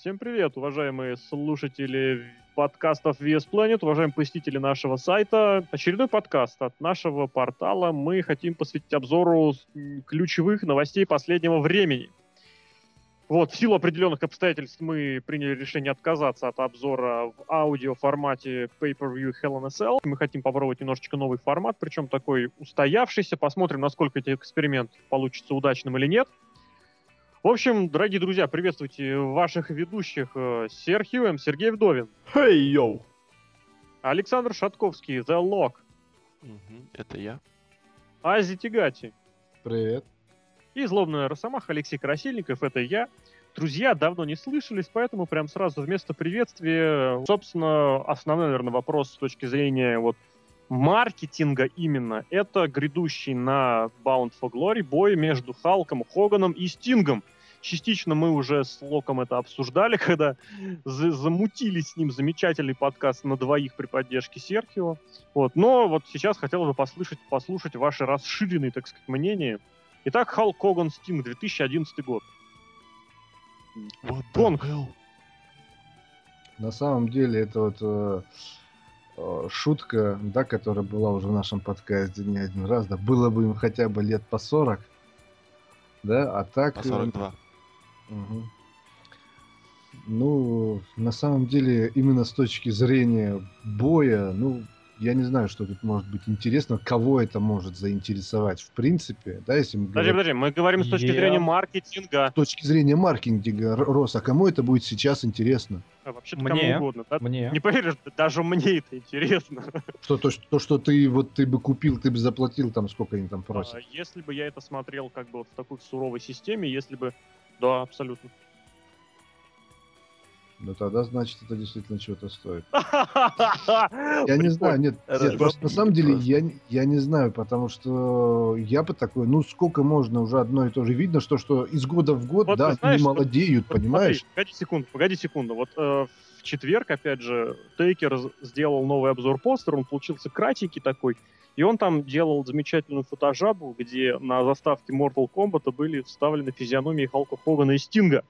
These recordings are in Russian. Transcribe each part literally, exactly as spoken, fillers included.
Всем привет, уважаемые слушатели подкастов ви эс Planet, уважаемые посетители нашего сайта. Очередной подкаст от нашего портала. Мы хотим посвятить обзору ключевых новостей последнего времени. Вот, в силу определенных обстоятельств мы приняли решение отказаться от обзора в аудиоформате Pay-Per-View Hell in a Cell. Мы хотим попробовать немножечко новый формат, причем такой устоявшийся. Посмотрим, насколько этот эксперимент получится удачным или нет. В общем, дорогие друзья, приветствуйте ваших ведущих Серхио М. Сергей Вдовин. Hey, йоу! Александр Шатковский, The Lock. Угу, это я. Ази Тигати. Привет. И злобная росомаха Алексей Красильников, это я. Друзья, давно не слышались, поэтому прям сразу вместо приветствия, собственно, основной, наверное, вопрос с точки зрения вот маркетинга именно, это грядущий на Bound for Glory бой между Халком, Хоганом и Стингом. Частично мы уже с Локом это обсуждали, когда за- замутили с ним замечательный подкаст на двоих при поддержке Серхио. Вот. Но вот сейчас хотел бы послушать, послушать ваши расширенные, так сказать, мнения. Итак, Халк Хоган Стинг, две тысячи одиннадцатый год. What the Гонг. hell? На самом деле это вот э, э, шутка, да, которая была уже в нашем подкасте не один раз, да, было бы им хотя бы лет по сорок, да, а так... По сорок два. э, мгм. Ну, на самом деле, именно с точки зрения боя, ну, я не знаю, что тут может быть интересно, кого это может заинтересовать в принципе, да, если мы Подожди, говорим подожди, мы говорим с точки Я- зрения маркетинга. с точки зрения маркетинга, Р- Рос, а кому это будет сейчас интересно? А вообще-то Мне. кому угодно. Да? Мне. Не поверишь, да даже мне это интересно. Что, то, что, то, что ты вот ты бы купил, ты бы заплатил, там сколько они там А, просят. Если бы я это смотрел как бы вот в такой суровой системе, если бы... Да, абсолютно. Ну тогда значит это действительно чего-то стоит. Я Я не знаю, нет, Это нет, просто на самом деле просто. я, не- я не знаю, потому что я бы такой, ну сколько можно уже одно и то же. Видно, что, что из года в год, Вот да, ты они знаешь, не вот- молодеют, Вот понимаешь? смотри, погоди секунду, погоди секунду. Вот э, в четверг, опять же, Тейкер з- сделал новый обзор постера, он получился кратенький такой, и он там делал замечательную фотожабу, где на заставке Mortal Kombat были вставлены физиономии Халка Хогана и Стинга.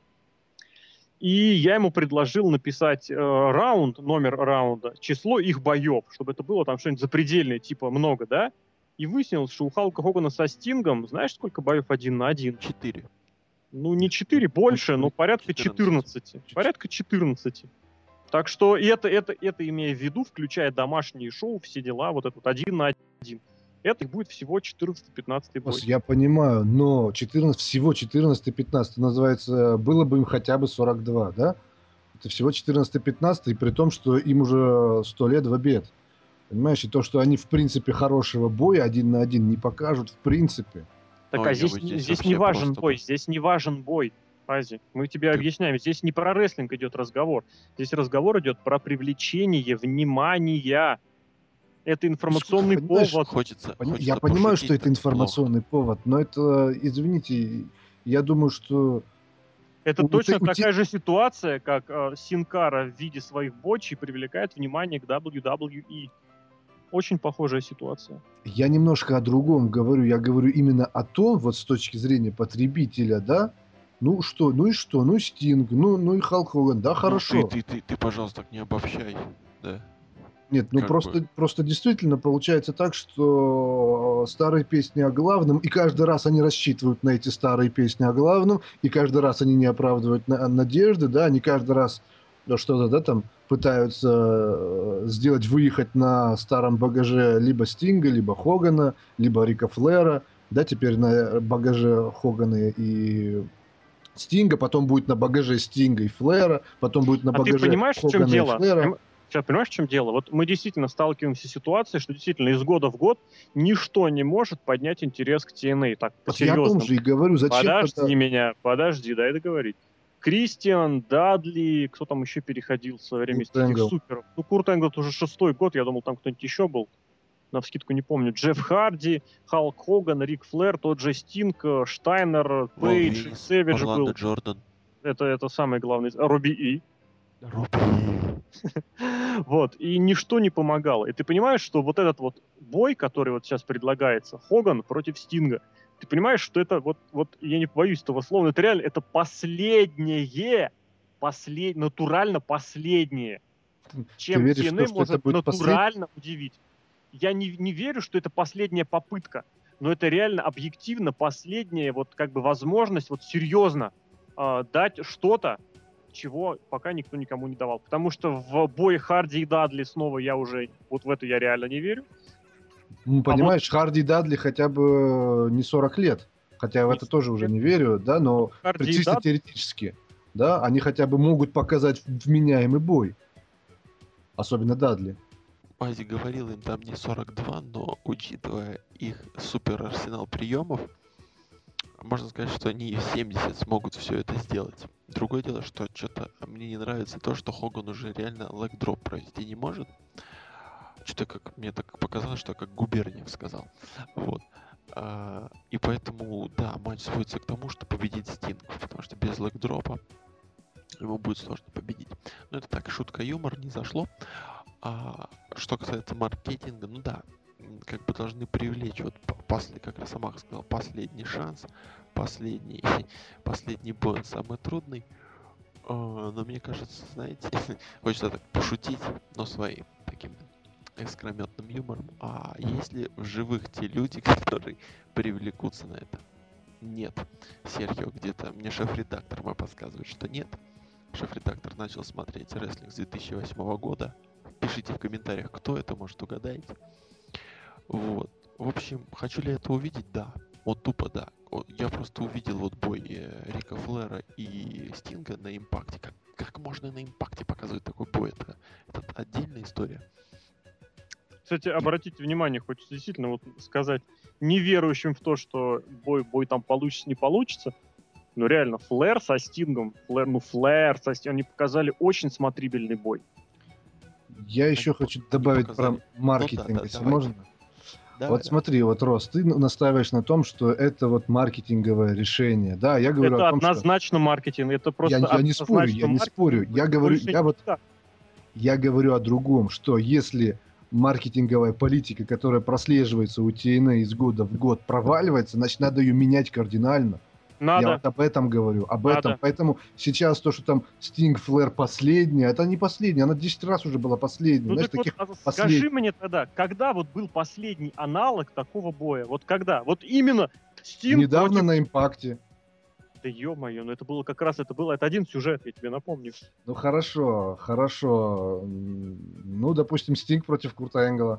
И я ему предложил написать э, раунд, номер раунда, число их боев, чтобы это было там что-нибудь запредельное, типа много, да? И выяснилось, что у Халка Хогана со Стингом, знаешь, сколько боев один на один? Четыре. Ну, не четыре, больше, но порядка четырнадцать. четырнадцать. Порядка четырнадцать. Так что и это, это, это имея в виду, включая домашние шоу, все дела, вот этот один на один. Это будет всего четырнадцатый-пятнадцатый бой. Рос, Я понимаю, но четырнадцать, всего четырнадцать-пятнадцать называется, было бы им хотя бы сорок два, да? Это всего четырнадцать-пятнадцать, и при том, что им уже сто лет в обед. Понимаешь, и то, что они в принципе хорошего боя один на один не покажут в принципе. Так, Ой, а я здесь, бы не- здесь здесь вообще не важен просто бой, бы- здесь не важен бой, Ази. Мы тебе Ты- объясняем, здесь не про рестлинг идет разговор. Здесь разговор идет про привлечение внимания. Это информационный понимаешь, повод. Хочется, Пони- хочется Я понимаю, пошутить, что это так информационный повод, но это, извините, я думаю, что Это у точно те- у те- такая же ситуация, как э, Син-Кара в виде своих бочей привлекает внимание к дабл ю дабл ю и. Очень похожая ситуация. я немножко о другом говорю. Я говорю именно о том, вот с точки зрения потребителя, да? Ну что, ну и что, ну Стинг, ну, ну и Халк Хоган, да, Ну, хорошо. Ты, ты, ты, ты, пожалуйста, так не обобщай. Да. Нет, ну как просто, бы. просто действительно получается так, что старые песни о главном, и каждый раз они рассчитывают на эти старые песни о главном, и каждый раз они не оправдывают на- надежды, да, они каждый раз да, что-то, да, там пытаются э, сделать, выехать на старом багаже либо Стинга, либо Хогана, либо Рика Флера, да, теперь на багаже Хогана и Стинга, потом будет на багаже Стинга и Флера, потом будет на А ты багаже понимаешь, в чем Хогана и дело? Флера. Поним- Сейчас, понимаешь, в чем дело? Вот мы действительно сталкиваемся с ситуацией, что действительно из года в год ничто не может поднять интерес к ти эн эй. Так, Вот я о том по-серьезному. же и говорю, зачем Подожди тогда... меня, подожди, дай договорить. Кристиан, Дадли, кто там еще переходил в свое время из Курт таких Энгл. суперов? Ну, Курт Энгл это уже шестой год, я думал, там кто-нибудь еще был. Навскидку не помню. Джефф Харди, Халк Хоган, Рик Флэр, тот же Стинг, э, Штайнер, Вол Пейдж, Винис, Сэвидж Орландо был. Джордан. Это, это самый главный. Робби И. Руби. Вот, и ничто не помогало. И ты понимаешь, что вот этот вот бой, который вот сейчас предлагается, Хоган против Стинга, ты понимаешь, что это вот, вот я не боюсь этого слова, но это реально, это последнее послед... натурально последнее, Ты чем веришь Ти в Эн то, Эй что это может будет последнее? натурально удивить. Я не, не верю, что это последняя попытка, но это реально объективно последняя вот как бы возможность вот серьезно э, дать что-то, чего пока никто никому не давал. Потому что в бой Харди и Дадли снова я уже, вот в это я реально не верю. Ну, А вот понимаешь, Харди и Дадли хотя бы не сорок лет. Хотя в не это тоже уже лет не верю, да, но Харди и чисто Дадли, теоретически, да, они хотя бы могут показать вменяемый бой. Особенно Дадли. Ази говорил им там не сорок два, но учитывая их супер арсенал приемов, можно сказать, что они и в семьдесят смогут все это сделать. Другое дело, что что-то мне не нравится то, что Хоган уже реально лэг-дроп провести не может. Что-то как мне так показалось, что как Губерниев сказал. Вот. А, и поэтому, да, матч сводится к тому, что победит Стинг, потому что без лэг-дропа ему будет сложно победить. Но это так, шутка, юмор, не зашло. А что касается маркетинга, ну да, как бы должны привлечь, вот после, как Росомаха сказал, последний шанс, последний, последний бой, он самый трудный. А, но мне кажется, знаете, хочется так пошутить, но своим таким искрометным юмором. А есть ли в живых те люди, которые привлекутся на это? Нет. Серхио где-то, мне шеф-редактор мой подсказывает, что нет. Шеф-редактор начал смотреть рестлинг с две тысячи восьмого года. Пишите в комментариях, кто это, может, угадаете. Вот. В общем, хочу ли я это увидеть? Да. Вот тупо да. Вот я просто увидел вот бой э, Рика Флера и Стинга на Импакте. Как, как можно на Импакте показывать такой бой? Это, это отдельная история. кстати, обратите внимание, хочется действительно вот сказать, неверующим в то, что бой, бой там получится, не получится, но реально, Флэр со Стингом, Флэр, ну Флэр со Стингом, они показали очень смотрибельный бой. Я еще хочу добавить показали. про маркетинг, Ну да, да, если давай. можно. Давай, Вот да. смотри, вот, Рос, ты настаиваешь на том, что это вот маркетинговое решение. Да, я говорю Это о том, что... однозначно маркетинг, это просто Я, я не спорю, я не маркетинг, спорю. Я говорю, больше я вот никак. я говорю о другом, что если маркетинговая политика, которая прослеживается у Ти Эн Эй из года в год, проваливается, значит, надо ее менять кардинально. Надо. Я вот об этом говорю, об Надо. этом. Поэтому сейчас то, что там Стинг, Флэр последняя, это не последняя, она десять раз уже была последней. Ну Знаешь, так вот, таких а последних. скажи мне тогда, когда вот был последний аналог такого боя? Вот когда? Вот именно Стинг Недавно против... на Импакте. Да ё-моё, ну это было как раз, это было, это один сюжет, я тебе напомню. Ну хорошо, хорошо. М, Ну, допустим, Стинг против Курта Энгла.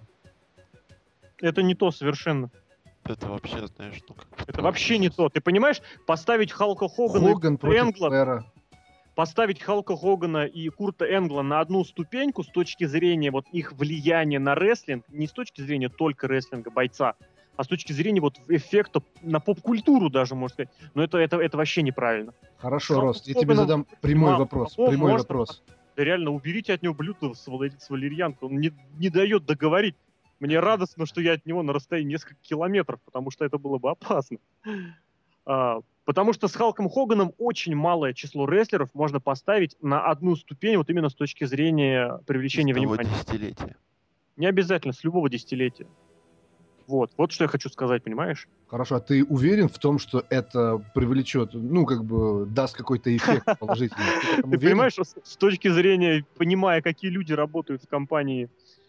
Это не то совершенно. Это вообще, знаешь, ну как... Это вообще не то. Ты понимаешь, поставить Халка Хогана Хоган и против Энгла, Флэра. поставить Халка Хогана и Курта Энгла на одну ступеньку с точки зрения вот их влияния на рестлинг, не с точки зрения только рестлинга бойца, а с точки зрения вот эффекта на поп-культуру даже, можно сказать. Но это, это, это вообще неправильно. Хорошо, Халк Рост, я тебе Хоганом задам прямой мало вопрос. кого Прямой можно вопрос. Да реально, уберите от него блюдо с, вал- с валерьянкой. Он не, не дает договорить. Мне радостно, что я от него на расстоянии несколько километров, потому что это было бы опасно. А, потому что с Халком Хоганом очень малое число рестлеров можно поставить на одну ступень, вот именно с точки зрения привлечения Из того внимания. десятилетия. Не обязательно, с любого десятилетия. Вот, вот что я хочу сказать, понимаешь? Хорошо, а ты уверен в том, что это привлечет, ну, как бы, даст какой-то эффект положительный? Ты в этом Ты уверен? понимаешь, что с, с точки зрения, понимая, какие люди работают в компании,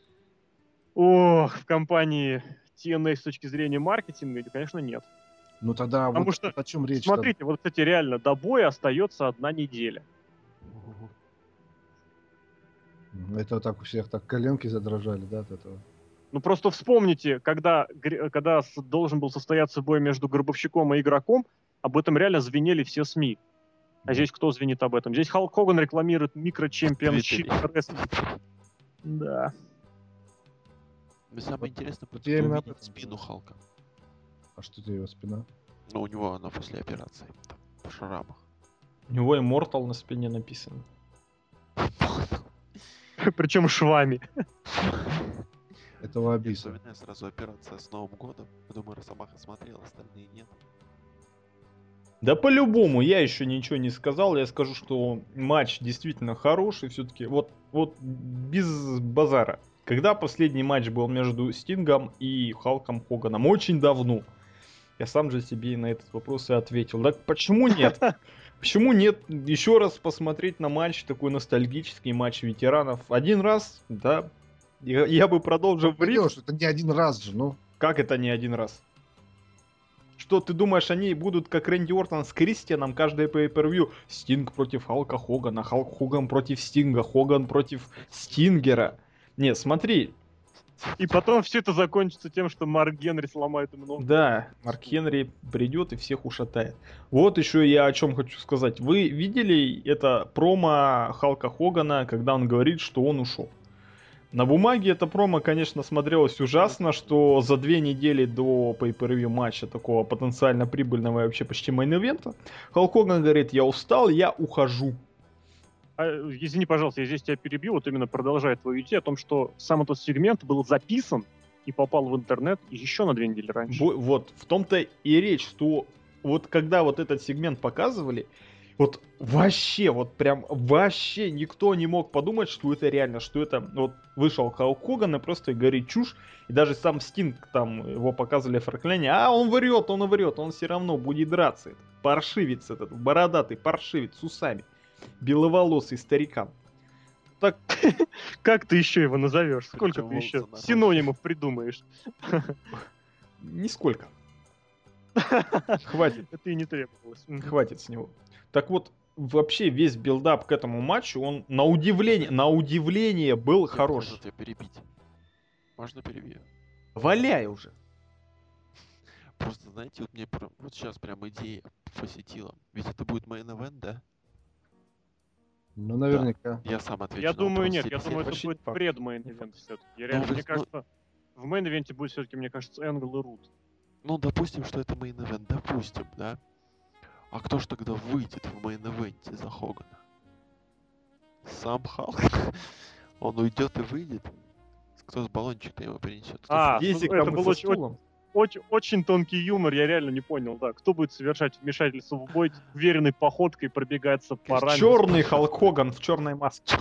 ох, в компании Ти Эн Эй с точки зрения маркетинга, конечно, нет. Ну, тогда Потому вот что, о чем речь? смотрите, вот, кстати, реально, до боя остается одна неделя. Это так у всех так коленки задрожали, да, от этого? Ну, просто вспомните, когда, гре- когда с- должен был состояться бой между гробовщиком и игроком, об этом реально звенели все СМИ. А здесь кто звенит об этом? Здесь Халк Хоган рекламирует микрочемпионшип рестлинг. Да. Мне самое Вот- интересное, вот просто я именно об увидеть этом спину Халка. А что это его спина? Ну, у него она после операции, там, по шрамах. У него Immortal на спине написано. Причем швами. Этого Я Абиса. вспоминаю сразу операция с Новым годом. Я думаю, Росомаха смотрел, остальные нет. Да по-любому, я еще ничего не сказал. Я скажу, что матч действительно хороший. Все-таки вот, вот без базара. Когда последний матч был между Стингом и Халком Хоганом? Очень давно. Я сам же себе на этот вопрос и ответил. Так почему нет? Почему нет еще раз посмотреть на матч, такой ностальгический матч ветеранов? Один раз, да, я, я бы продолжил Ты говорить. делаешь, это не один раз же, ну. Как это не один раз? Что, ты думаешь, они будут как Рэнди Ортон с Кристианом каждое pay-per-view? Стинг против Халка Хогана, Халк Хоган против Стинга, Хоган против Стингера. Не, смотри. И потом все это закончится тем, что Марк Генри сломает ему ногу. Да, Марк Хенри придет и всех ушатает. Вот еще я о чем хочу сказать. Вы видели это промо Халка Хогана, когда он говорит, что он ушел? На бумаге это промо, конечно, смотрелось ужасно, что за две недели до pay-per-view матча, такого потенциально прибыльного и вообще почти мейн-ивента, Халк Хоган говорит: я устал, я ухожу. А, извини, пожалуйста, я здесь тебя перебью, вот именно продолжая твою идею о том, что сам этот сегмент был записан и попал в интернет еще на две недели раньше. Бо- Вот, в том-то и речь, что вот когда вот этот сегмент показывали, вот вообще, вот прям вообще никто не мог подумать, что это реально, что это вот вышел Халк Хоган и просто говорит чушь, и даже сам Стинг там его показывали в Форклене, а он врет, он врет, он все равно будет драться, этот паршивец этот, бородатый паршивец с усами, беловолосый старикан. Так, как ты еще его назовешь? Сколько Причем ты еще волосы на синонимов придумаешь? Нисколько. Хватит. Это и не требовалось. Мгм. Хватит с него. Так вот, вообще весь билдап к этому матчу, он на удивление, на удивление был Нет, хорош. Можно тебя перебить? Можно перебью? Валяй уже. Просто, знаете, вот мне про- вот сейчас прям идея посетила. Ведь это будет мейн-эвент, да? Ну, наверняка. Я сам отвечу Я на думаю, вопрос нет, я через думаю, это вообще будет не факт. пред-мейн-ивент все-таки. Я реально, вы- мне ну- кажется, в мейн-ивенте будет все-таки, мне кажется, Энгл и Рут. Ну, допустим, что это мейн-эвент, допустим, да? А кто ж тогда выйдет в мейн-эвенте за Хогана? Сам Халк? Он уйдет и выйдет? Кто с баллончика его принесет? Кто А, с- Если ну, это там и был со очень- стулом. Очень, очень тонкий юмор, я реально не понял, да. Кто будет совершать вмешательство в бой, уверенной походкой пробегаться по ранге? Черный Халк Хоган в черной маске.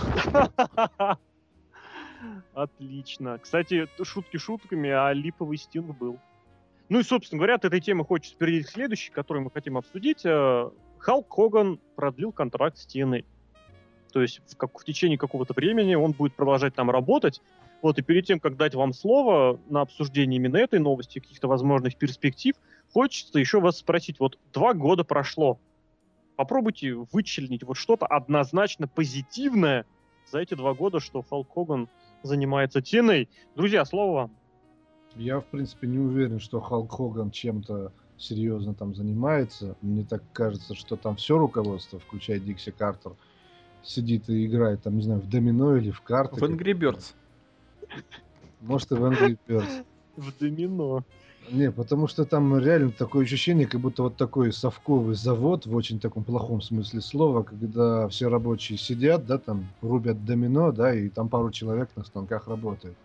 Отлично. Кстати, т- шутки шутками, а липовый Стинг был. Ну и, собственно говоря, от этой темы хочется перейти к следующей, которую мы хотим обсудить. Э, Халк Хоган продлил контракт с Ти Эн Эй. То есть в, как, в течение какого-то времени он будет продолжать там работать. Вот, и перед тем, как дать вам слово на обсуждение именно этой новости, каких-то возможных перспектив, хочется еще вас спросить. Вот два года прошло. Попробуйте вычленить вот что-то однозначно позитивное за эти два года, что Халк Хоган занимается Ти Эн Эй. Друзья, слово вам. Я, в принципе, не уверен, что Халк Хоган чем-то серьезно там занимается. Мне так кажется, что там все руководство, включая Дикси Картер, сидит и играет, там, не знаю, в домино или в карты. В Angry Birds. Может, и в Angry Birds. В домино. Не, потому что там реально такое ощущение, как будто вот такой совковый завод в очень таком плохом смысле слова, когда все рабочие сидят, да, там рубят домино, да, и там пару человек на станках работает.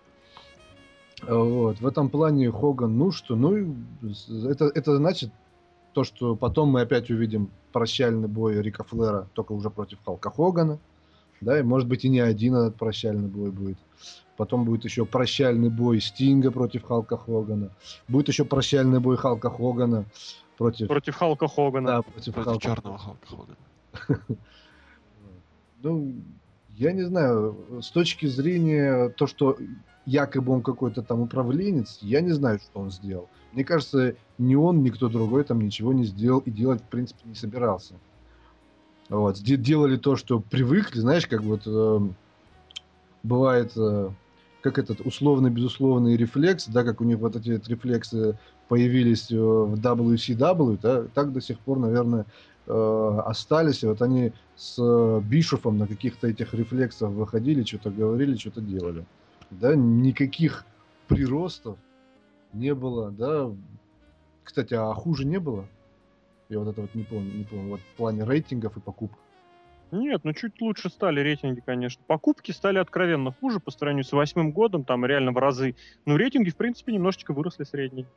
Вот. В этом плане Хоган, ну что, ну, и это, это значит то, что потом мы опять увидим прощальный бой Рика Флера, только уже против Халка Хогана, да, и может быть и не один этот прощальный бой будет. Потом будет еще прощальный бой Стинга против Халка Хогана. Будет еще прощальный бой Халка Хогана против... Против Халка Хогана. Да, против, Против Халка. черного Халка Хогана. Ну, я не знаю, с точки зрения то, что якобы он какой-то там управленец, я не знаю, что он сделал. Мне кажется, ни он, ни кто другой там ничего не сделал и делать, в принципе, не собирался. Вот. Де- Делали то, что привыкли, знаешь, как вот э, бывает, э, как этот условно-безусловный рефлекс, да, как у них вот эти вот рефлексы появились э, в дабл ю си дабл ю, да, так до сих пор, наверное, э, остались. И вот они с э, Бишофом на каких-то этих рефлексах выходили, что-то говорили, что-то делали. Да, никаких приростов не было, да. Кстати, а хуже не было? Я вот это вот не помню, не помню. Вот в плане рейтингов и покупок. Нет, ну чуть лучше стали рейтинги, конечно. Покупки стали откровенно хуже по сравнению с восьмым годом, там реально в разы. Но рейтинги, в принципе, немножечко выросли средние.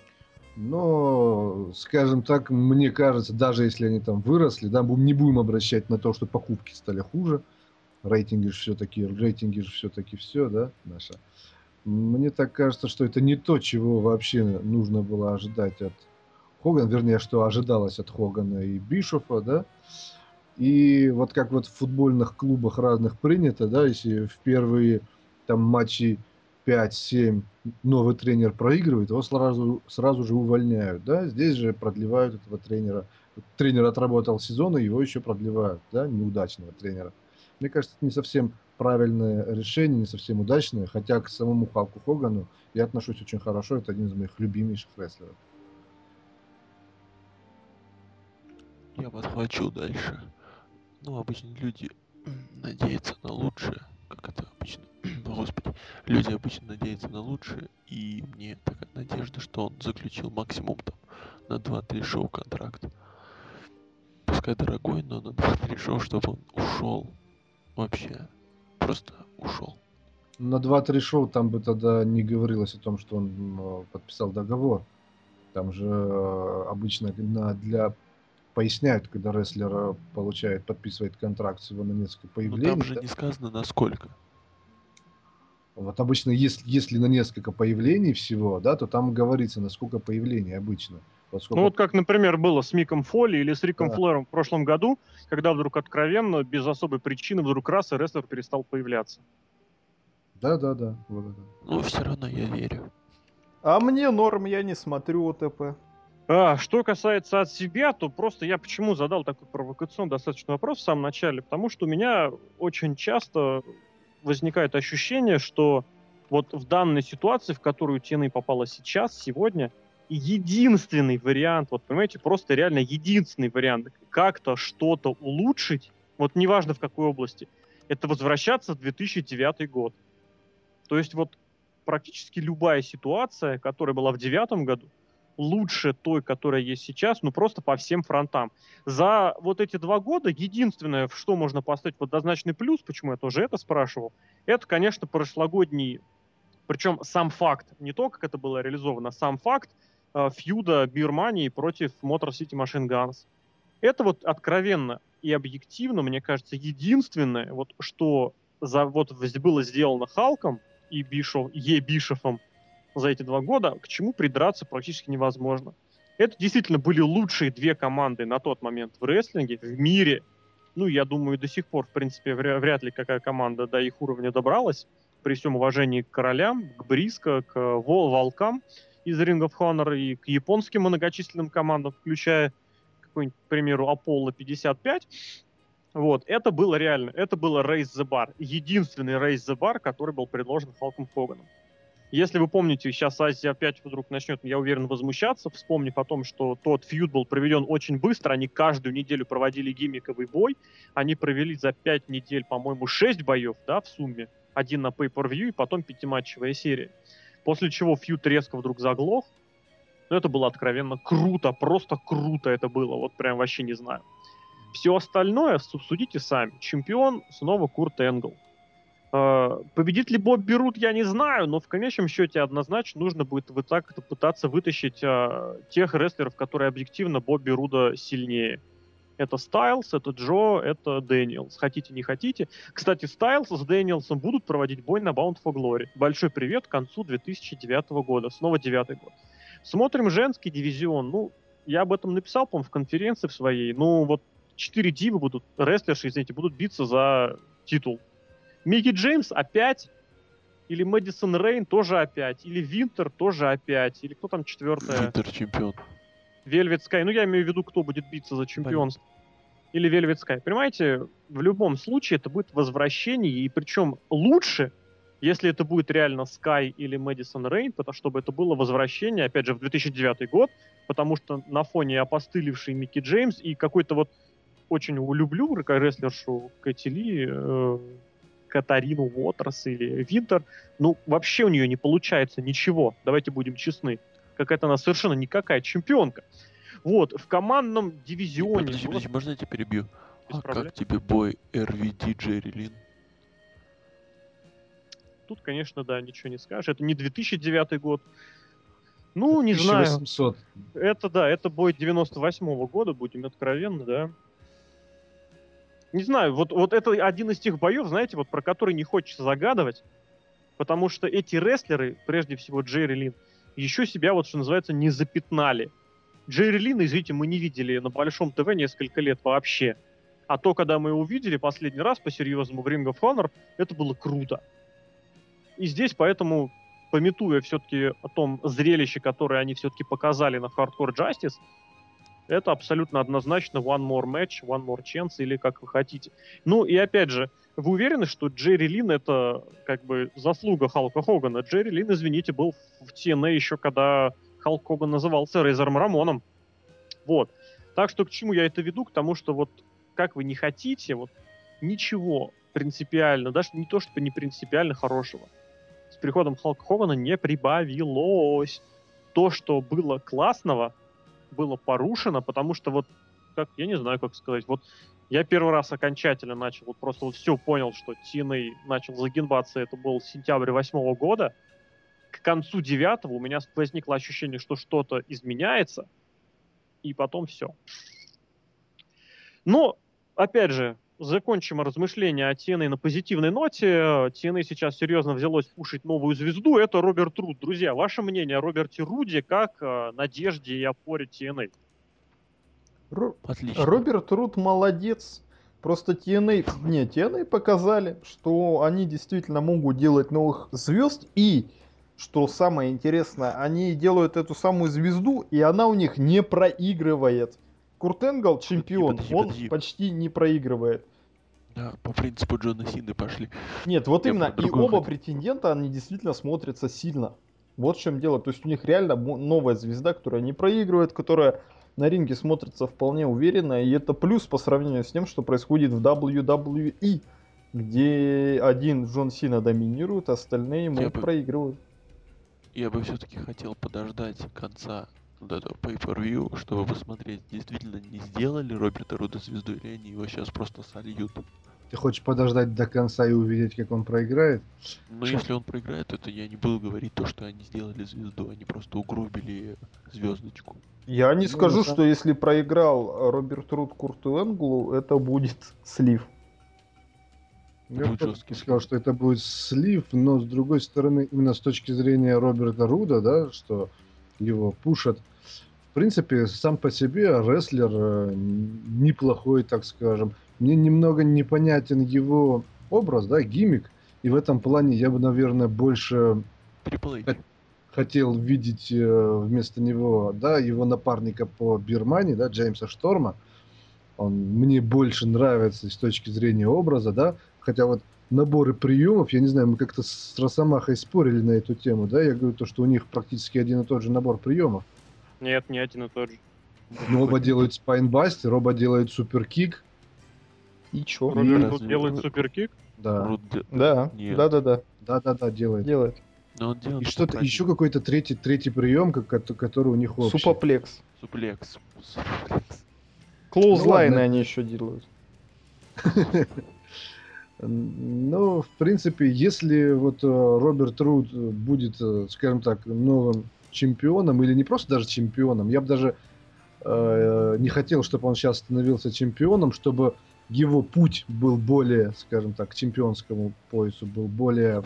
Но, скажем так, мне кажется, даже если они там выросли, да, бу- не будем обращать на то, что покупки стали хуже. Рейтинги же все-таки, рейтинги же все-таки все, да, наша. Мне так кажется, что это не то, чего вообще нужно было ожидать от Хоган, вернее, что ожидалось от Хогана и Бишофа, да. И вот как вот в футбольных клубах разных принято, да, если в первые там матчи пять-семь новый тренер проигрывает, его сразу, сразу же увольняют, да. Здесь же продлевают этого тренера. Тренер отработал сезон, и его еще продлевают, да, неудачного тренера. Мне кажется, это не совсем правильное решение, не совсем удачное, хотя к самому Халку Хогану я отношусь очень хорошо, это один из моих любимейших рестлеров. Я подхвачу дальше. Ну, обычно люди надеются на лучшее, как это обычно, господи, люди обычно надеются на лучшее, и мне такая надежда, что он заключил максимум там на два-три шоу контракт. Пускай дорогой, но на два-три шоу, чтобы он ушел. Вообще, просто ушел. На два-три шоу там бы тогда не говорилось о том, что он э, подписал договор. Там же э, обычно на, для поясняют, когда рестлер э, получает, подписывает контракт всего на несколько Но появлений. там же да. не сказано насколько. Вот обычно, если, если на несколько появлений всего, да, то там говорится, на сколько появлений обычно. Вот сколько... Ну вот как, например, было с Миком Фолли или с Риком Да. Флэром в прошлом году, когда вдруг откровенно, без особой причины, вдруг раз и рестлер перестал появляться. Да, да, да. Вот это. Но все равно я верю. А мне норм, я не смотрю ОТП. А, что касается от себя, то просто я почему задал такой провокационный достаточно вопрос в самом начале, потому что у меня очень часто возникает ощущение, что вот в данной ситуации, в которую ти эн эй попала сейчас, сегодня, единственный вариант, вот понимаете, просто реально единственный вариант как-то что-то улучшить, вот неважно в какой области, это возвращаться в две тысячи девятый год. То есть вот практически любая ситуация, которая была в две тысячи девятом году, лучше той, которая есть сейчас, ну просто по всем фронтам. За вот эти два года единственное, в что можно поставить в однозначный плюс, почему я тоже это спрашивал, это, конечно, прошлогодний, причем сам факт, не то, как это было реализовано, а сам факт э, фьюда Бирмании против Motor City Machine Guns. Это вот откровенно и объективно, мне кажется, единственное, вот что за, вот было сделано Халком и Бишов, Е. Бишофом за эти два года, к чему придраться практически невозможно. Это действительно были лучшие две команды на тот момент в рестлинге, в мире. Ну, я думаю, до сих пор, в принципе, вряд ли какая команда до их уровня добралась, при всем уважении к королям, к Бриско, к волкам из Ring of Honor и к японским многочисленным командам, включая какой-нибудь, к примеру, Apollo пятьдесят пять. Вот, это было реально, это было Raise the Bar. Единственный Raise the Bar, который был предложен Халком Хоганом. Если вы помните, сейчас Азия опять вдруг начнет, я уверен, возмущаться, вспомнив о том, что тот фьюд был проведен очень быстро, они каждую неделю проводили гиммиковый бой, они провели за пять недель, по-моему, шесть боев, да, в сумме, один на pay-per-view и потом пятиматчевая серия. После чего фьюд резко вдруг заглох, но это было откровенно круто, просто круто это было, вот прям вообще не знаю. Все остальное судите сами. Чемпион снова Курт Энгл. Победит ли Бобби Руд, я не знаю, но в конечном счете однозначно нужно будет вот так пытаться вытащить а, тех рестлеров, которые объективно Бобби Руда сильнее. Это Стайлз, это Джо, это Дэниелс. Хотите, не хотите. Кстати, Стайлз с Дэниелсом будут проводить бой на Bound for Glory. Большой привет к концу две тысячи девятого года. Снова девятый год. Смотрим женский дивизион. Ну, я об этом написал, по-моему, в конференции в своей. Ну, вот четыре дивы будут, рестлерши, извините, будут биться за титул. Микки Джеймс опять, или Мэдисон Рейн тоже опять, или Винтер тоже опять, или кто там четвертая? Винтер чемпион. Вельвет Скай. Ну, я имею в виду, кто будет биться за чемпионство. Или Вельвет Скай. Понимаете, в любом случае это будет возвращение, и причем лучше, если это будет реально Скай или Мэдисон Рейн, потому чтобы это было возвращение, опять же, в две тысячи девятый год, потому что на фоне опостылевший Микки Джеймс и какой-то вот очень люблю рестлершу Кэти Ли, э, Катарину Уотерс или Винтер, ну, вообще у нее не получается ничего, давайте будем честны. Какая-то она совершенно никакая чемпионка. Вот, в командном дивизионе... Подожди, подожди, можно я тебя перебью? Без А проблем. как тебе бой эр ви ди Джерри Лин? Тут, конечно, да, ничего не скажешь. Это не две тысячи девятый год. Ну, не тысяча знаю. восемьсот. Это, да, это бой девяносто восьмого года, будем откровенны, да. Не знаю, вот, вот это один из тех боев, знаете, вот про который не хочется загадывать, потому что эти рестлеры, прежде всего Джерри Лин, еще себя, вот что называется, не запятнали. Джерри Лина, извините, мы не видели на большом ТВ несколько лет вообще. А то, когда мы его увидели последний раз по-серьезному в Ring of Honor, это было круто. И здесь поэтому, памятуя все-таки о том зрелище, которое они все-таки показали на Hardcore Justice, это абсолютно однозначно one more match, one more chance, или как вы хотите. Ну и опять же, вы уверены, что Джерри Лин это как бы заслуга Халка Хогана? Джерри Лин, извините, был в ти эн эй еще когда Халк Хоган назывался Рейзером Рамоном. Вот. Так что к чему я это веду? К тому, что вот как вы не хотите, вот ничего принципиально, даже не то, что не принципиально хорошего, с приходом Халка Хогана не прибавилось. То, что было классного, было порушено, потому что вот, как, я не знаю, как сказать, вот я первый раз окончательно начал, вот просто вот все понял, что ти эн эй начал загибаться, это был сентябрь восьмого года, к концу девятого у меня возникло ощущение, что что-то изменяется, и потом все. Но, опять же, закончим размышления о ти эн эй на позитивной ноте. ти эн эй сейчас серьезно взялось пушить новую звезду. Это Роберт Руд. Друзья, ваше мнение о Роберте Руде как э, надежде и опоре ти эн эй? Ро- Отлично. Роберт Руд молодец. Просто ти эн эй, не, ти эн эй показали, что они действительно могут делать новых звезд. И, что самое интересное, они делают эту самую звезду, и она у них не проигрывает. Курт Энгл чемпион, подожди, он подожди. почти не проигрывает. Да, по принципу Джона Сины пошли. Нет, вот Я именно, про и другое оба хотел. претендента, они действительно смотрятся сильно. Вот в чем дело. То есть у них реально мо- новая звезда, которая не проигрывает, которая на ринге смотрится вполне уверенно. И это плюс по сравнению с тем, что происходит в дабл ю дабл ю и, где один Джон Сина доминирует, остальные ему Я бы- проигрывают. Я бы все-таки хотел подождать конца вот этого pay-per-view, чтобы посмотреть, действительно не сделали Роберта Руда звездой, или они его сейчас просто сольют. Ты хочешь подождать до конца и увидеть, как он проиграет? Но если он проиграет, то я не буду говорить то, что они сделали звезду, они просто угробили звездочку. Я не Ну, скажу, на самом- что если проиграл Роберт Руд Курту Энглу, это будет слив. Я Будет тоже жесткий сказал, слив. что это будет слив, но с другой стороны, именно с точки зрения Роберта Руда, да, что его пушат, в принципе, сам по себе рестлер э, неплохой, так скажем. Мне немного непонятен его образ, да, гиммик, и в этом плане я бы, наверное, больше Трипл Эйч. Хот- хотел видеть э, вместо него, да, его напарника по Бирмании, да, Джеймса Шторма. Он мне больше нравится с точки зрения образа, да, хотя вот наборы приемов, я не знаю, мы как-то с Росомахой спорили на эту тему, да, я говорю то, что у них практически один и тот же набор приемов. Нет, не один и тот же. Но оба делают спайнбастер, оба делают суперкик, И чё? Роберт разве- Руд делает суперкик. да, Руд де- Да, Нет. да-да-да, да-да-да, делает. делает. Но он делал И это что-то, правильно. еще какой-то третий, третий прием, как- кото- который у них общий. Супоплекс. Суплекс. Суплекс. Клоузлайны ладно. они еще делают. Ну, в принципе, если вот э, Роберт Руд будет, э, скажем так, новым чемпионом, или не просто даже чемпионом, я бы даже э, не хотел, чтобы он сейчас становился чемпионом, чтобы его путь был более, скажем так, к чемпионскому поясу, был более,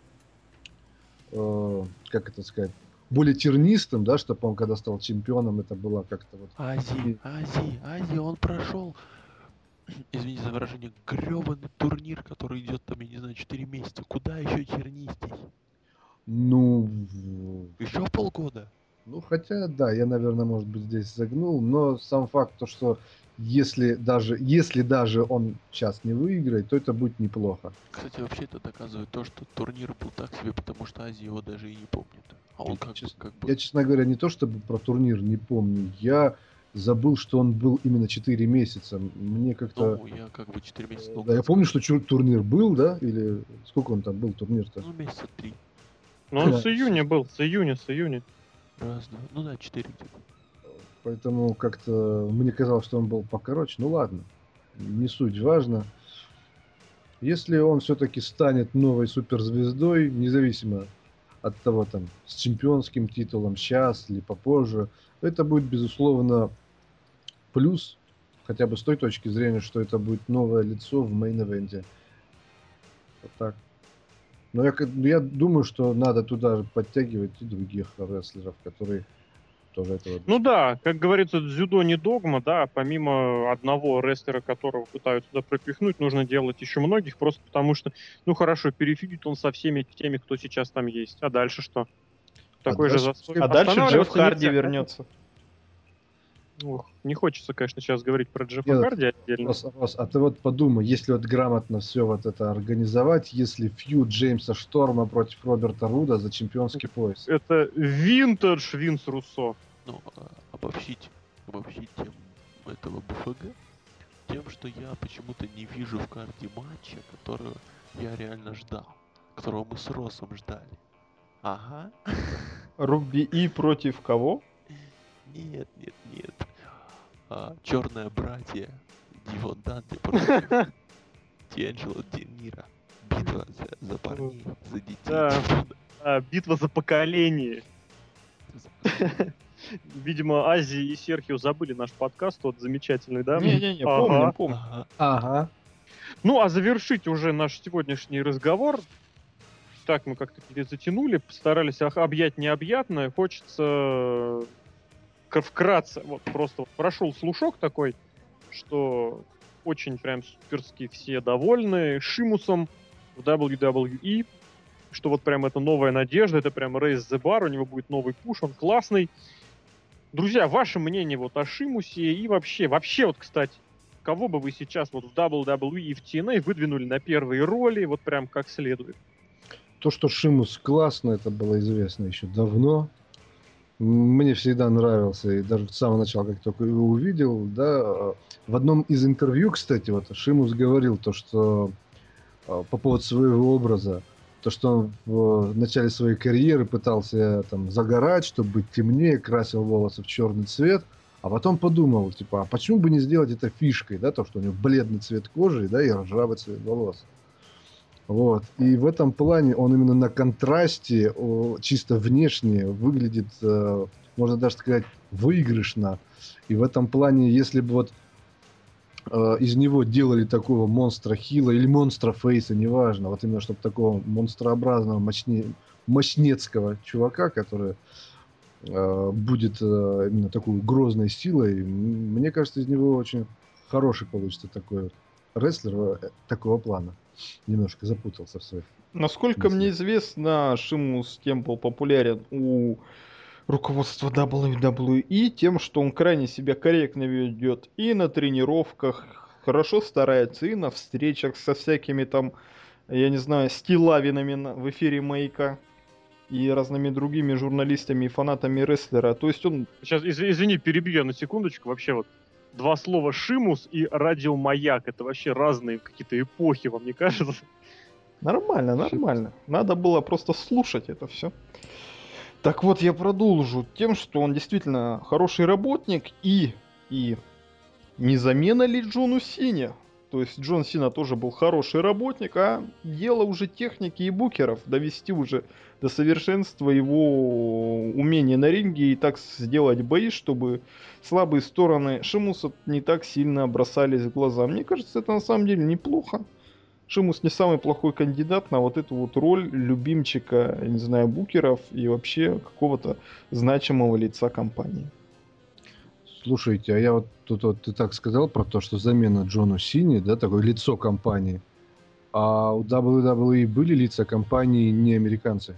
э, как это сказать, более тернистым, да, чтобы он, когда стал чемпионом, это было как-то вот... Ази, Ази, Ази, он прошел, извините за выражение, гребаный турнир, который идет там, я не знаю, четыре месяца. Куда еще чернистей? Ну, в- Еще полгода. Ну, хотя, да, я, наверное, может быть, здесь загнул, но сам факт, то, что если даже, если даже он сейчас не выиграет, то это будет неплохо. Кстати, вообще это доказывает то, что турнир был так себе, потому что Ази его даже и не помнит. А он как бы, Честно- как бы... Я, честно говоря, не то чтобы про турнир не помню, я забыл, что он был именно четыре месяца. Мне как-то... Ну, я как бы четыре месяца... Да, долго я помню, что сказал. чур- турнир был, да? Или сколько он там был, турнир-то? Ну, месяца три. Но он Да. с июня был, с июня, с июня. Раз, два. Ну да, четыре где-то. Поэтому как-то мне казалось, что он был покороче. Ну ладно, не суть важно. Если он все-таки станет новой суперзвездой, независимо от того, там, с чемпионским титулом сейчас или попозже, это будет, безусловно, плюс, хотя бы с той точки зрения, что это будет новое лицо в мейн-эвенте. Вот так. Но я, как- я думаю, что надо туда же подтягивать и других рестлеров, которые тоже этого. Ну да, как говорится, дзюдо не догма, да, помимо одного рестлера, которого пытаются туда пропихнуть, нужно делать еще многих, просто потому что, ну хорошо, перефидит он со всеми теми, кто сейчас там есть. А дальше что? Такой А же дальше- застой. А дальше Джефф Останавливаться Харди нельзя. вернется. Ох, не хочется, конечно, сейчас говорить про Джеффа Нет, Харди отдельно. Рос, Рос, а ты вот подумай, если вот грамотно все вот это организовать, если фьюд Джеймса Шторма против Роберта Руда за чемпионский пояс. Это винтедж Винс Руссо. Ну, а, обобщить, обобщить тему этого БФГ тем, что я почему-то не вижу в карте матча, которого я реально ждал, которого мы с Росом ждали. Ага. Рубби И против кого? Нет, нет, нет. А, черное братье Дивон Данте против Д'Анджело Ди Ниро. Битва за, за парней, за детей. Да. А, битва за поколение. Видимо, Азия и Серхио забыли наш подкаст, тот замечательный, да? Не-не-не, Ага. помним, помним. Ага. Ага. Ну, а завершить уже наш сегодняшний разговор. Так мы как-то затянули, постарались ох- объять необъятное. Хочется к- вкратце, вот просто вот прошел слушок такой, что очень прям суперски все довольны Шимусом в дабл ю дабл ю и, что вот прям это новая надежда, это прям Raise the Bar, у него будет новый пуш, он классный. Друзья, ваше мнение вот о Шимусе и вообще, вообще вот, кстати, кого бы вы сейчас вот в дабл ю дабл ю и и в ти эн эй выдвинули на первые роли, вот прям как следует? То, что Шимус классно, это было известно еще давно. Мне всегда нравился, и даже с самого начала, как только его увидел, да, в одном из интервью, кстати, вот Шимус говорил то, что э, по поводу своего образа, то, что он в начале своей карьеры пытался там загорать, чтобы быть темнее, красил волосы в черный цвет, а потом подумал, типа, а почему бы не сделать это фишкой, да, то, что у него бледный цвет кожи, да, и ржавый цвет волос. Вот. И в этом плане он именно на контрасте, о, чисто внешне, выглядит, э, можно даже сказать, выигрышно. И в этом плане, если бы вот э, из него делали такого монстра хила или монстра фейса, неважно, вот именно чтобы такого монстрообразного, мощне, мощнецкого чувака, который э, будет э, именно такой грозной силой, м, мне кажется, из него очень хороший получится такой вот рестлер э, такого плана. Немножко запутался в своих. Насколько Мысли. мне известно, Шимус тем был популярен у руководства дабл ю дабл ю и тем, что он крайне себя корректно ведет и на тренировках, хорошо старается, и на встречах со всякими там, я не знаю, стилавинами на- в эфире Маяка и разными другими журналистами и фанатами рестлера. То есть он Сейчас, из- извини, перебью я на секундочку. Вообще вот два слова «Шимус» и «Радиомаяк» — это вообще разные какие-то эпохи, вам не кажется? нормально, нормально. Надо было просто слушать это все. Так вот, я продолжу тем, что он действительно хороший работник и, и не замена ли Джону Сине? То есть Джон Сина тоже был хороший работник, а дело уже техники и букеров довести уже до совершенства его умения на ринге и так сделать бои, чтобы слабые стороны Шимуса не так сильно бросались в глаза. Мне кажется, это на самом деле неплохо. Шимус не самый плохой кандидат на вот эту вот роль любимчика, я не знаю, букеров и вообще какого-то значимого лица компании. Слушайте, а я вот тут вот ты так сказал про то, что замена Джону Сини, да, такое лицо компании. А у дабл ю дабл ю и были лица компании не американцы?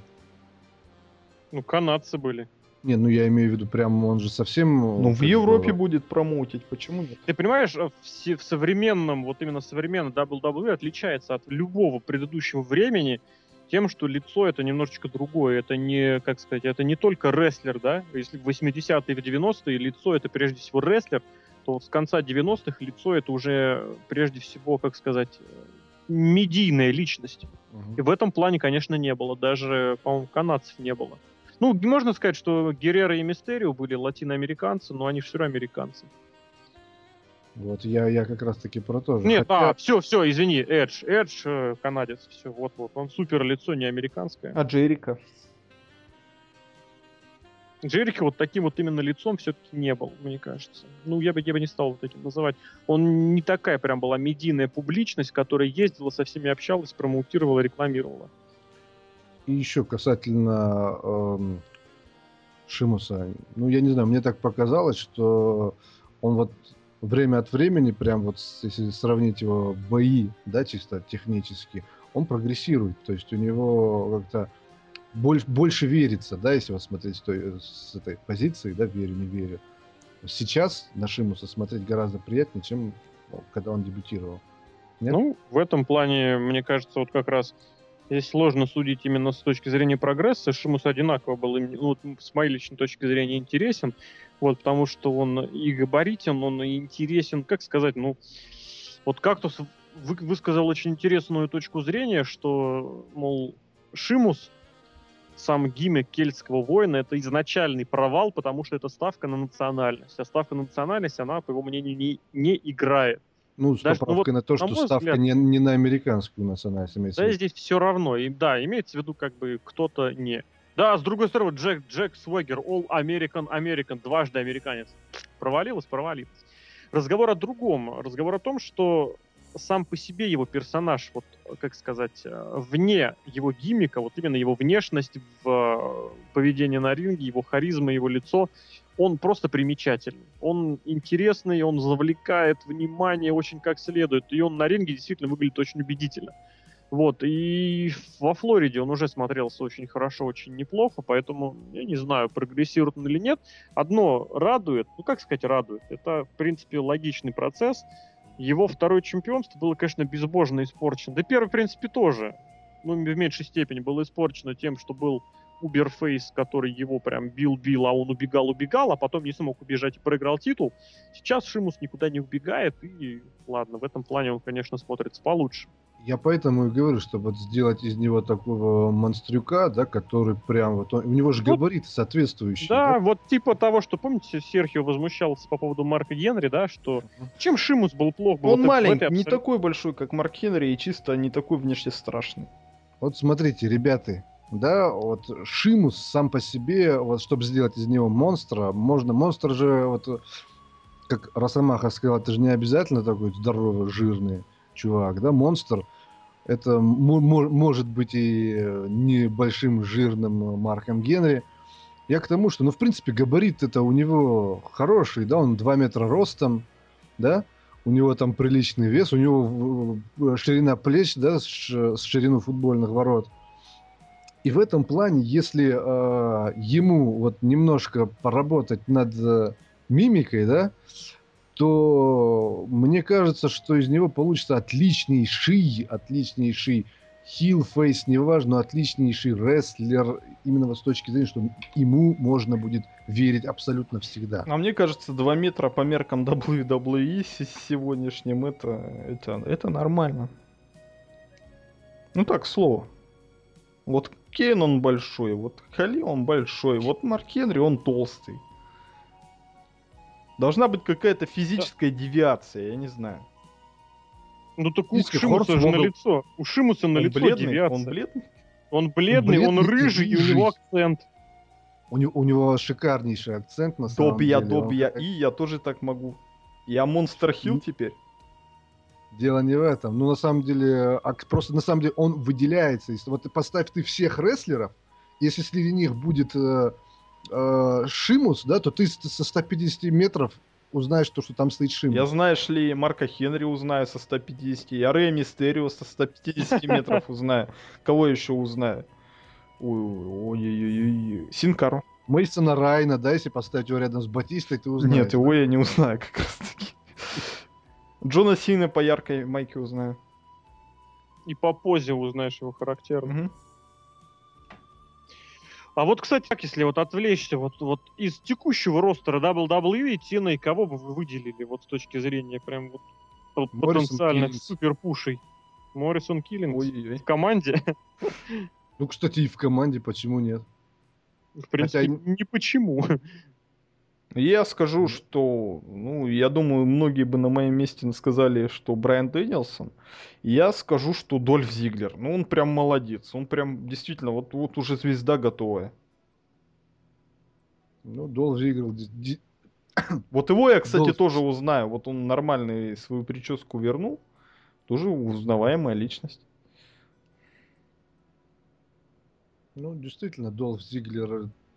Ну, канадцы были. Не, ну я имею в виду, прям он же совсем... Ну, в как Европе бы, будет промоутить, почему нет? Ты понимаешь, в, се- в современном, вот именно современном дабл ю дабл ю и отличается от любого предыдущего времени тем, что лицо это немножечко другое. Это не, как сказать, это не только рестлер, да? Если в восьмидесятые и в девяностые лицо это прежде всего рестлер, то вот с конца девяностых лицо это уже прежде всего, как сказать, медийная личность. Мгм. И в этом плане, конечно, не было. Даже, по-моему, канадцев не было. Ну, можно сказать, что Геррера и Мистерио были латиноамериканцы, но они же все равно американцы. Вот я, я как раз таки про то же. Нет, Хотя- а, все, все, извини, Эдж. Эдж э, канадец, все, вот-вот. Он супер лицо, не американское. А Джерика? Джерихо вот таким вот именно лицом все-таки не был, мне кажется. Ну, я бы, я бы не стал его таким называть. Он не такая прям была медийная публичность, которая ездила, со всеми общалась, промоутировала, рекламировала. И еще касательно эм, Шимуса. Ну, я не знаю, мне так показалось, что он вот время от времени, прям вот с- если сравнить его бои, да, чисто технически, он прогрессирует. То есть у него как-то больше, больше верится, да, если вот смотреть с, той- с этой позиции, да, верю, не верю. Сейчас на Шимуса смотреть гораздо приятнее, чем ну, когда он дебютировал. Нет? Ну, в этом плане, мне кажется, вот как раз здесь сложно судить именно с точки зрения прогресса. Шимус одинаково был, им- ну, вот с моей личной точки зрения, интересен. Вот, потому что он и габаритен, он и интересен, как сказать, ну, вот Кактус вы- высказал очень интересную точку зрения, что, мол, Шимус, сам гиммик кельтского воина, это изначальный провал, потому что это ставка на национальность. А ставка на национальность, она, по его мнению, не, не играет. Ну, с Даже, ну вот, поправкой на то, на что мой ставка взгляд, не, не на американскую национальность имеется в да, виду. здесь все равно. И да, имеется в виду, как бы кто-то не. Да, с другой стороны, Джек, Джек Свегер, All American, American, дважды американец. Провалилось, провалилось. Разговор о другом. Разговор о том, что сам по себе его персонаж, вот, как сказать, э, вне его гиммика, вот именно его внешность в э, поведении на ринге, его харизма, его лицо, он просто примечательный. Он интересный, он завлекает внимание очень как следует, и он на ринге действительно выглядит очень убедительно. Вот, и во Флориде он уже смотрелся очень хорошо, очень неплохо, поэтому я не знаю, прогрессирует он или нет. Одно радует, ну как сказать радует, это, в принципе, логичный процесс. Его второе чемпионство было, конечно, безбожно испорчено. Да первый, в принципе, тоже. Ну, в меньшей степени было испорчено тем, что был Уберфейс, который его прям бил-бил, а он убегал-убегал, а потом не смог убежать и проиграл титул. Сейчас Шимус никуда не убегает, и ладно, в этом плане он, конечно, смотрится получше. Я поэтому и говорю, что вот сделать из него такого монстрюка, да, который прям вот... он- у него же Ну, габариты соответствующие, Да, да? вот типа того, что, помните, Серхио возмущался по поводу Марка Генри, да, что чем Шимус был плох, был Он вот в маленький, этой не абсолютно... такой большой, как Марк Хенри, и чисто не такой внешне страшный. Вот смотрите, ребята, да, вот Шимус сам по себе, вот чтобы сделать из него монстра, можно... Монстр же, вот как Росомаха сказал, это же не обязательно такой здоровый, жирный чувак, да, монстр. Это мо- мо- может быть и э, небольшим жирным э, Марком Генри. Я к тому, что, ну, в принципе, габарит это у него хороший, да, он два метра ростом, да, у него там приличный вес, у него э, ширина плеч, да, с, ш- с ширину футбольных ворот. И в этом плане, если э, ему вот немножко поработать над э, мимикой, да, то мне кажется, что из него получится отличнейший, отличнейший хил, фейс, неважно, но отличнейший рестлер, именно вот с точки зрения, что ему можно будет верить абсолютно всегда. А мне кажется, два метра по меркам дабл ю дабл ю и с- сегодняшним это, это, это нормально. Ну так, к слову. Вот Кейн он большой, вот Хали он большой, вот Марк Хенри он толстый. Должна быть какая-то физическая девиация, я не знаю. Ну так у Видите, Шимуса же на Хорнсвогл- лицо. У Шимуса на Он лицо бледный, он девиация. бледный. Он бледный, он бледный и рыжий, и у него рыжий. акцент. У него, у него шикарнейший акцент на самом Добья, деле. Он добья, как- и я тоже так могу. Я Монстр Хилл Ну, теперь. Дело не в этом. Ну, на самом деле, ак- просто на самом деле он выделяется. Если вот ты поставь ты всех рестлеров, если среди них будет э, э, Шимус, да, то ты с- со ста пятидесяти метров узнаешь то, что там стоит Шимус. Я, знаешь ли, Марка Хенри узнаю со ста пятидесяти, я Рэя Мистерио со ста пятидесяти метров узнаю. Кого еще узнаю? Ой-ой-ой. Синкару. Мейсона Райна, да, если поставить его рядом с Батистой, ты узнаешь. Нет, его я не узнаю как раз таки. Джона Сина по яркой майке узнаю. И по позе узнаешь его характерно. Мгм. А вот, кстати, так, если вот отвлечься, вот, вот из текущего ростера дабл ю дабл ю и Тиной, кого бы вы выделили вот с точки зрения прям вот по- Моррисон потенциальных Киллингс. супер-пушей? Моррисон Киллингс Ой-ой-ой. в команде? Ну, кстати, и в команде, почему нет? В принципе, не почему. Я скажу, что, ну, я думаю, многие бы на моем месте сказали, что Брайан Дэнилсон. Я скажу, что Дольф Зиглер. Ну, он прям молодец. Он прям действительно, вот, вот уже звезда готовая. Ну, Долф Зиглер ди- ди- Вот его я, кстати, Долф- тоже узнаю. Вот он нормальный свою прическу вернул. Тоже узнаваемая личность. Ну, действительно, Долф Зиглер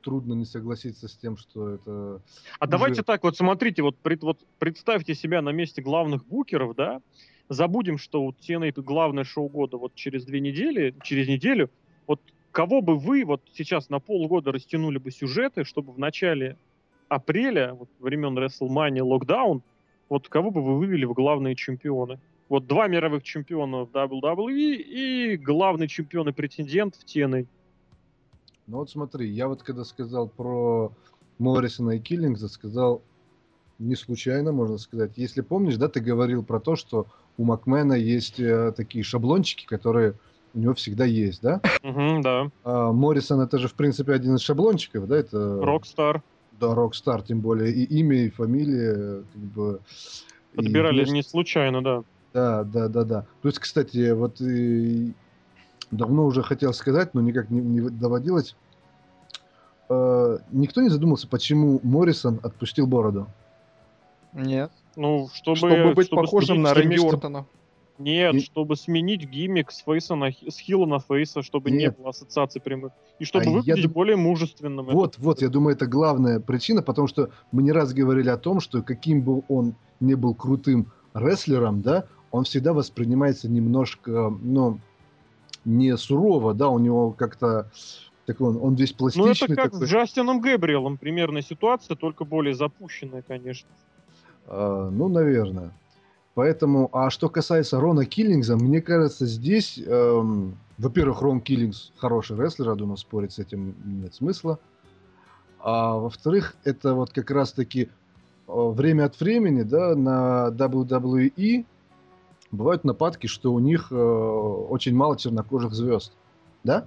трудно не согласиться с тем, что это... А уже... давайте так, вот смотрите, вот, пред, вот представьте себя на месте главных букеров, да, забудем, что у Ти Эн Эй главное шоу года вот через две недели, через неделю, вот кого бы вы вот сейчас на полгода растянули бы сюжеты, чтобы в начале апреля, вот времен WrestleMania, локдаун, вот кого бы вы вывели в главные чемпионы? Вот два мировых чемпиона в дабл ю дабл ю и и главный чемпион и претендент в Ти Эн Эй. Ну вот смотри, я вот когда сказал про Моррисона и Киллингса, сказал не случайно, можно сказать. Если помнишь, да, ты говорил про то, что у Макмена есть э, такие шаблончики, которые у него всегда есть, да? Угу, да. А Моррисон это же, в принципе, один из шаблончиков, да? Это... Рокстар. Да, Рокстар, тем более и имя, и фамилия, как бы... Подбирали и внешне... не случайно, да. Да, да, да, да. То есть, кстати, вот и... давно уже хотел сказать, но никак не, не доводилось. Э, никто не задумался, почему Моррисон отпустил бороду? Нет. Ну, чтобы... Чтобы быть чтобы похожим сменить на Рэнди гиммик, Ортона. Нет, И- чтобы сменить гиммик с фейса на хи- с хила на фейса, чтобы не Нет. было ассоциаций прямых. И чтобы А я выглядеть дум- более мужественным. Это- Вот, вот, я думаю, это главная причина, потому что мы не раз говорили о том, что каким бы он ни был крутым рестлером, да, он всегда воспринимается немножко, ну, не сурово, да, у него как-то такой, он, он весь Ну, это пластичный как такой. с Джастином Гэбриэлом примерная ситуация, только более запущенная, конечно. А, ну, наверное. Поэтому, а что касается Рона Киллингса, мне кажется, здесь, эм, во-первых, Рон Киллингс хороший рестлер, я думаю, спорить с этим нет смысла. А во-вторых, это вот как раз-таки э, время от времени, да, на дабл ю дабл ю и бывают нападки, что у них э, очень мало чернокожих звезд, да?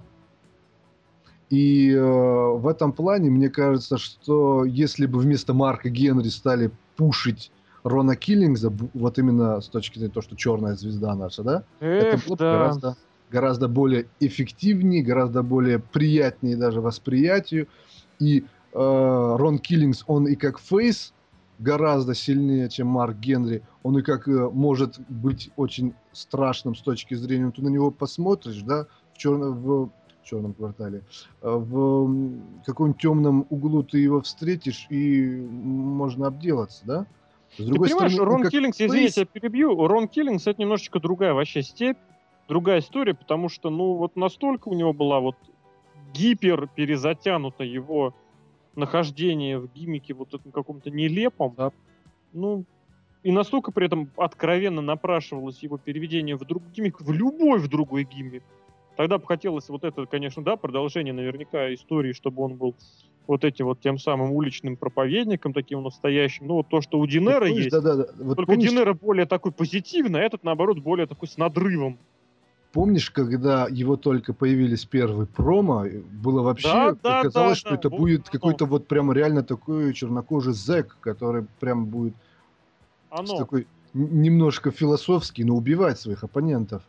И э, в этом плане, мне кажется, что если бы вместо Марка Генри стали пушить Рона Киллингса, бу- вот именно с точки зрения того, что черная звезда наша, да, это Эх, было бы да. гораздо, гораздо более эффективнее, гораздо более приятнее даже восприятию. И э, Рон Киллингс, он и как фейс гораздо сильнее, чем Марк Генри. Он и как э, может быть очень страшным с точки зрения, ты на него посмотришь, да, в черном, в черном квартале, э, в м, каком-нибудь темном углу ты его встретишь и можно обделаться, да? С Ты другой понимаешь, стороны, он Рон как Киллингс, извини, фейс- я тебя перебью, Рон Киллингс это немножечко другая вообще степь, другая история, потому что, ну, вот настолько у него была вот гипер перезатянута его нахождение в гиммике вот этом каком-то нелепом, Да. ну, и настолько при этом откровенно напрашивалось его переведение в другой гиммик, в любой в другой гиммик. Тогда бы хотелось вот это, конечно, да, продолжение наверняка истории, чтобы он был вот этим вот тем самым уличным проповедником, таким настоящим. Ну, вот то, что у Динера Вот помнишь, есть, да-да-да, вот только помнишь, Динера более такой позитивный, а этот, наоборот, более такой с надрывом. помнишь, когда его только появились первые промо, и было вообще, Да, да, казалось, да, что да, это вот будет оно. какой-то вот прям реально такой чернокожий зэк, который прям будет с Оно. такой н- немножко философский, но убивать своих оппонентов.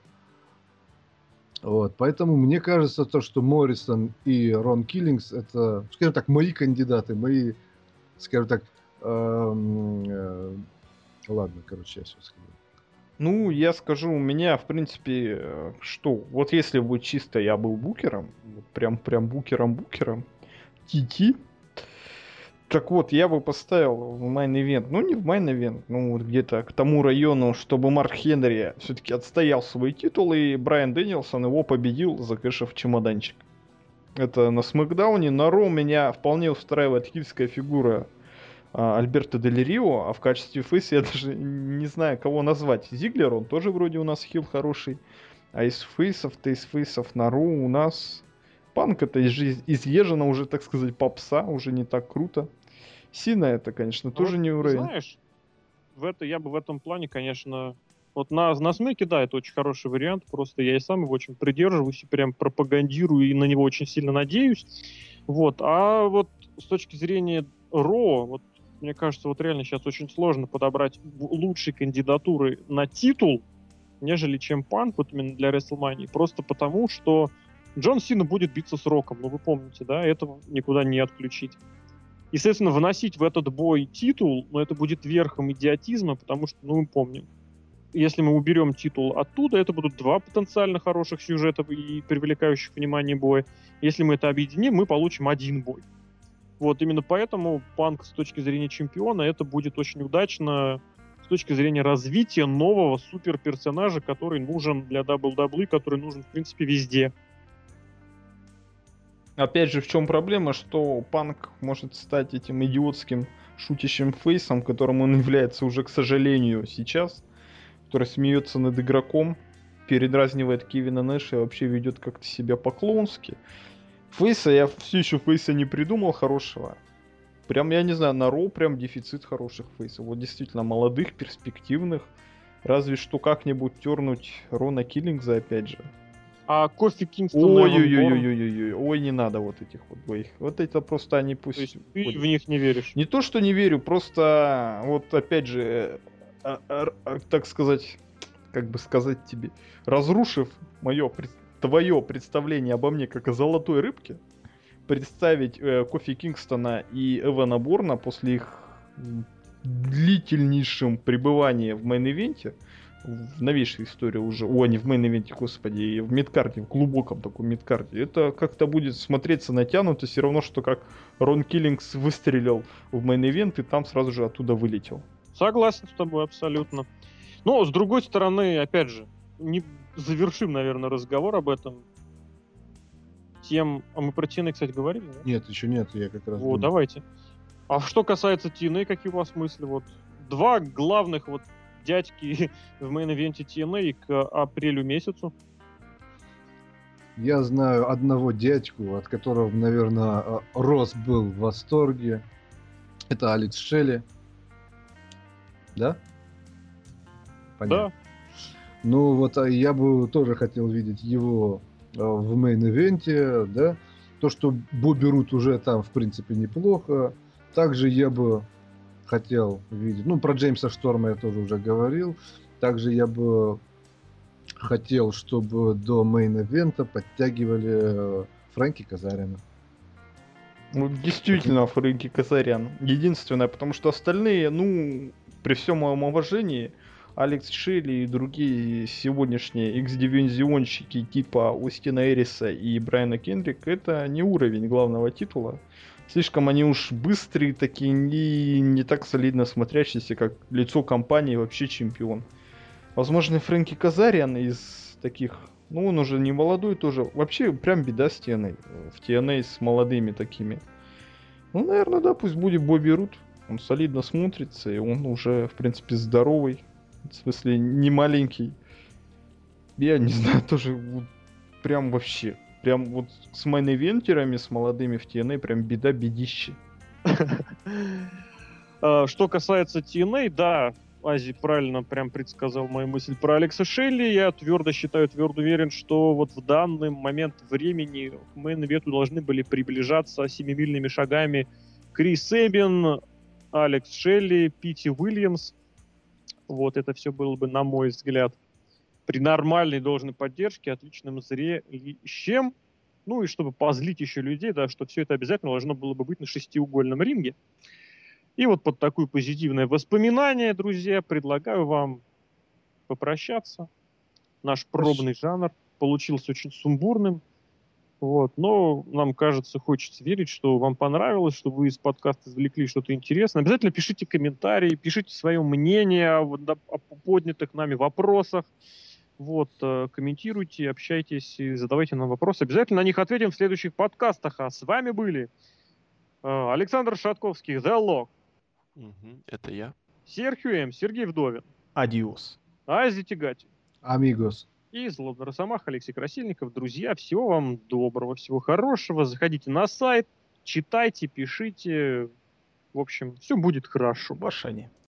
Вот, поэтому мне кажется, то, что Моррисон и Рон Киллингс, это, скажем так, мои кандидаты, мои, скажем так, эм, э, ладно, короче, я все скажу. Ну, я скажу, у меня, в принципе, э, что, вот если бы чисто я был букером, вот прям, прям букером-букером, Ти-Ти, так вот, я бы поставил в майн-ивент, ну не в майн-ивент, ну вот где-то к тому району, чтобы Марк Хенри все-таки отстоял свой титул, и Брайан Дэнилсон его победил, закэшив чемоданчик. Это на Смэкдауне. На Ро меня вполне устраивает хильская фигура а, Альберто Дель Рио, а в качестве фейса я даже не знаю, кого назвать. Зиглер, он тоже вроде у нас хил хороший. А из фейсов-то, из фейсов на Ро у нас... Панк это из- изъезжено уже, так сказать, попса, уже не так круто. Сина это, конечно, Ну, тоже вот не ты уровень. знаешь, в это, я бы в этом плане, конечно... Вот на, на смеке, да, это очень хороший вариант. Просто я и сам его очень придерживаюсь и прям пропагандирую, и на него очень сильно надеюсь. Вот. А вот с точки зрения Ро, вот мне кажется, вот реально сейчас очень сложно подобрать в- лучшие кандидатуры на титул, нежели чем Панк, вот именно для WrestleMania. Просто потому, что Джон Сина будет биться с Роком, ну вы помните, да, этого никуда не отключить. Естественно, выносить в этот бой титул, но это будет верхом идиотизма, потому что, ну, мы помним, если мы уберем титул оттуда, это будут два потенциально хороших сюжета и привлекающих внимание боя. Если мы это объединим, мы получим один бой. Вот именно поэтому Панк с точки зрения чемпиона это будет очень удачно с точки зрения развития нового суперперсонажа, который нужен для дабл ю дабл ю и, который нужен, в принципе, везде. Опять же, в чем проблема, что Панк может стать этим идиотским шутящим фейсом, которым он является уже, к сожалению, сейчас, который смеется над игроком, передразнивает Кевина Нэша и вообще ведет как-то себя по-клоунски. Фейса, я все еще фейса не придумал хорошего. Прям, я не знаю, на Роу прям дефицит хороших фейсов. Вот действительно молодых, перспективных. Разве что как-нибудь тернуть Рона Киллингза опять же. А Кофи Кингстон... Ой-ой-ой-ой-ой-ой, ой, не надо вот этих вот двоих. Вот это просто они пусть... То есть ты в них не веришь? Не то, что не верю, просто вот опять же, а, а, а, так сказать, как бы сказать тебе, разрушив мое, твое представление обо мне как о золотой рыбке, представить э, Кофи Кингстона и Эвана Борна после их длительнейшем пребывании в мейн-ивенте, в новейшей истории уже, о, не в мейн-ивенте, господи, в мидкарде, в глубоком таком мидкарде, это как-то будет смотреться натянуто, все равно, что как Рон Киллингс выстрелил в мейн-ивент и там сразу же оттуда вылетел. Согласен с тобой абсолютно. Но, с другой стороны, опять же, не завершим, наверное, разговор об этом тем... А мы про Ти Эн Эй, кстати, говорили? Да? Нет, еще нет, я как раз... Вот, думаю. Давайте. А что касается Ти Эн Эй, какие у вас мысли? Вот два главных вот дядьки в мейн-ивенте Ти Эн Эй к апрелю месяцу. Я знаю одного дядьку, от которого, наверное, Рос был в восторге. Это Алекс Шелли. Да? Понятно. Да. Ну вот я бы тоже хотел видеть его в мейн-ивенте, да. То, что Бобби Рут уже там, в принципе, неплохо. Также я бы хотел видеть... Ну, про Джеймса Шторма я тоже уже говорил. Также я бы хотел, чтобы до мейн-ивента подтягивали Фрэнки Казаряна. Ну, действительно, Фрэнки Казарян. Единственное, потому что остальные, ну, при всем моем уважении, Алекс Шелли и другие сегодняшние X-дивизионщики типа Остина Эриса и Брайана Кендрика, это не уровень главного титула. Слишком они уж быстрые такие и не так солидно смотрящиеся, как лицо компании, вообще чемпион. Возможно, Фрэнки Казарян из таких, ну он уже не молодой тоже, вообще прям беда с Ти Эн Эй, в Ти Эн Эй с молодыми такими. Ну, наверное, да, пусть будет Бобби Рут, он солидно смотрится, и он уже, в принципе, здоровый, в смысле, не маленький. Я не знаю, тоже вот, прям вообще, прям вот с мейн-ивентерами, с молодыми в Ти Эн Эй, прям беда-бедище. Что касается Ти Эн Эй, да, Ази правильно прям предсказал мою мысль про Алекса Шелли. Я твердо считаю, твердо уверен, что вот в данный момент времени к мейн-ивенту должны были приближаться семимильными шагами Крис Эббин, Алекс Шелли, Пити Уильямс. Вот это все было бы, на мой взгляд, при нормальной должной поддержке, отличным зрелищем. Ну и чтобы позлить еще людей, да, что все это обязательно должно было бы быть на шестиугольном ринге. И вот под такое позитивное воспоминание, друзья, предлагаю вам попрощаться. Наш пробный жанр получился очень сумбурным. Вот. Но нам кажется, хочется верить, что вам понравилось, что вы из подкаста извлекли что-то интересное. Обязательно пишите комментарии, пишите свое мнение о, о поднятых нами вопросах. Вот, комментируйте, общайтесь и задавайте нам вопросы. Обязательно на них ответим в следующих подкастах. А с вами были Александр Шатковский, The Lock. Угу, это я. Серхио М, Сергей Вдовин. Адиос. Ази Тигати. Амигос. И Злобный Росомах, Алексей Красильников. Друзья, всего вам доброго, всего хорошего. Заходите на сайт, читайте, пишите. В общем, все будет хорошо. В Ашане.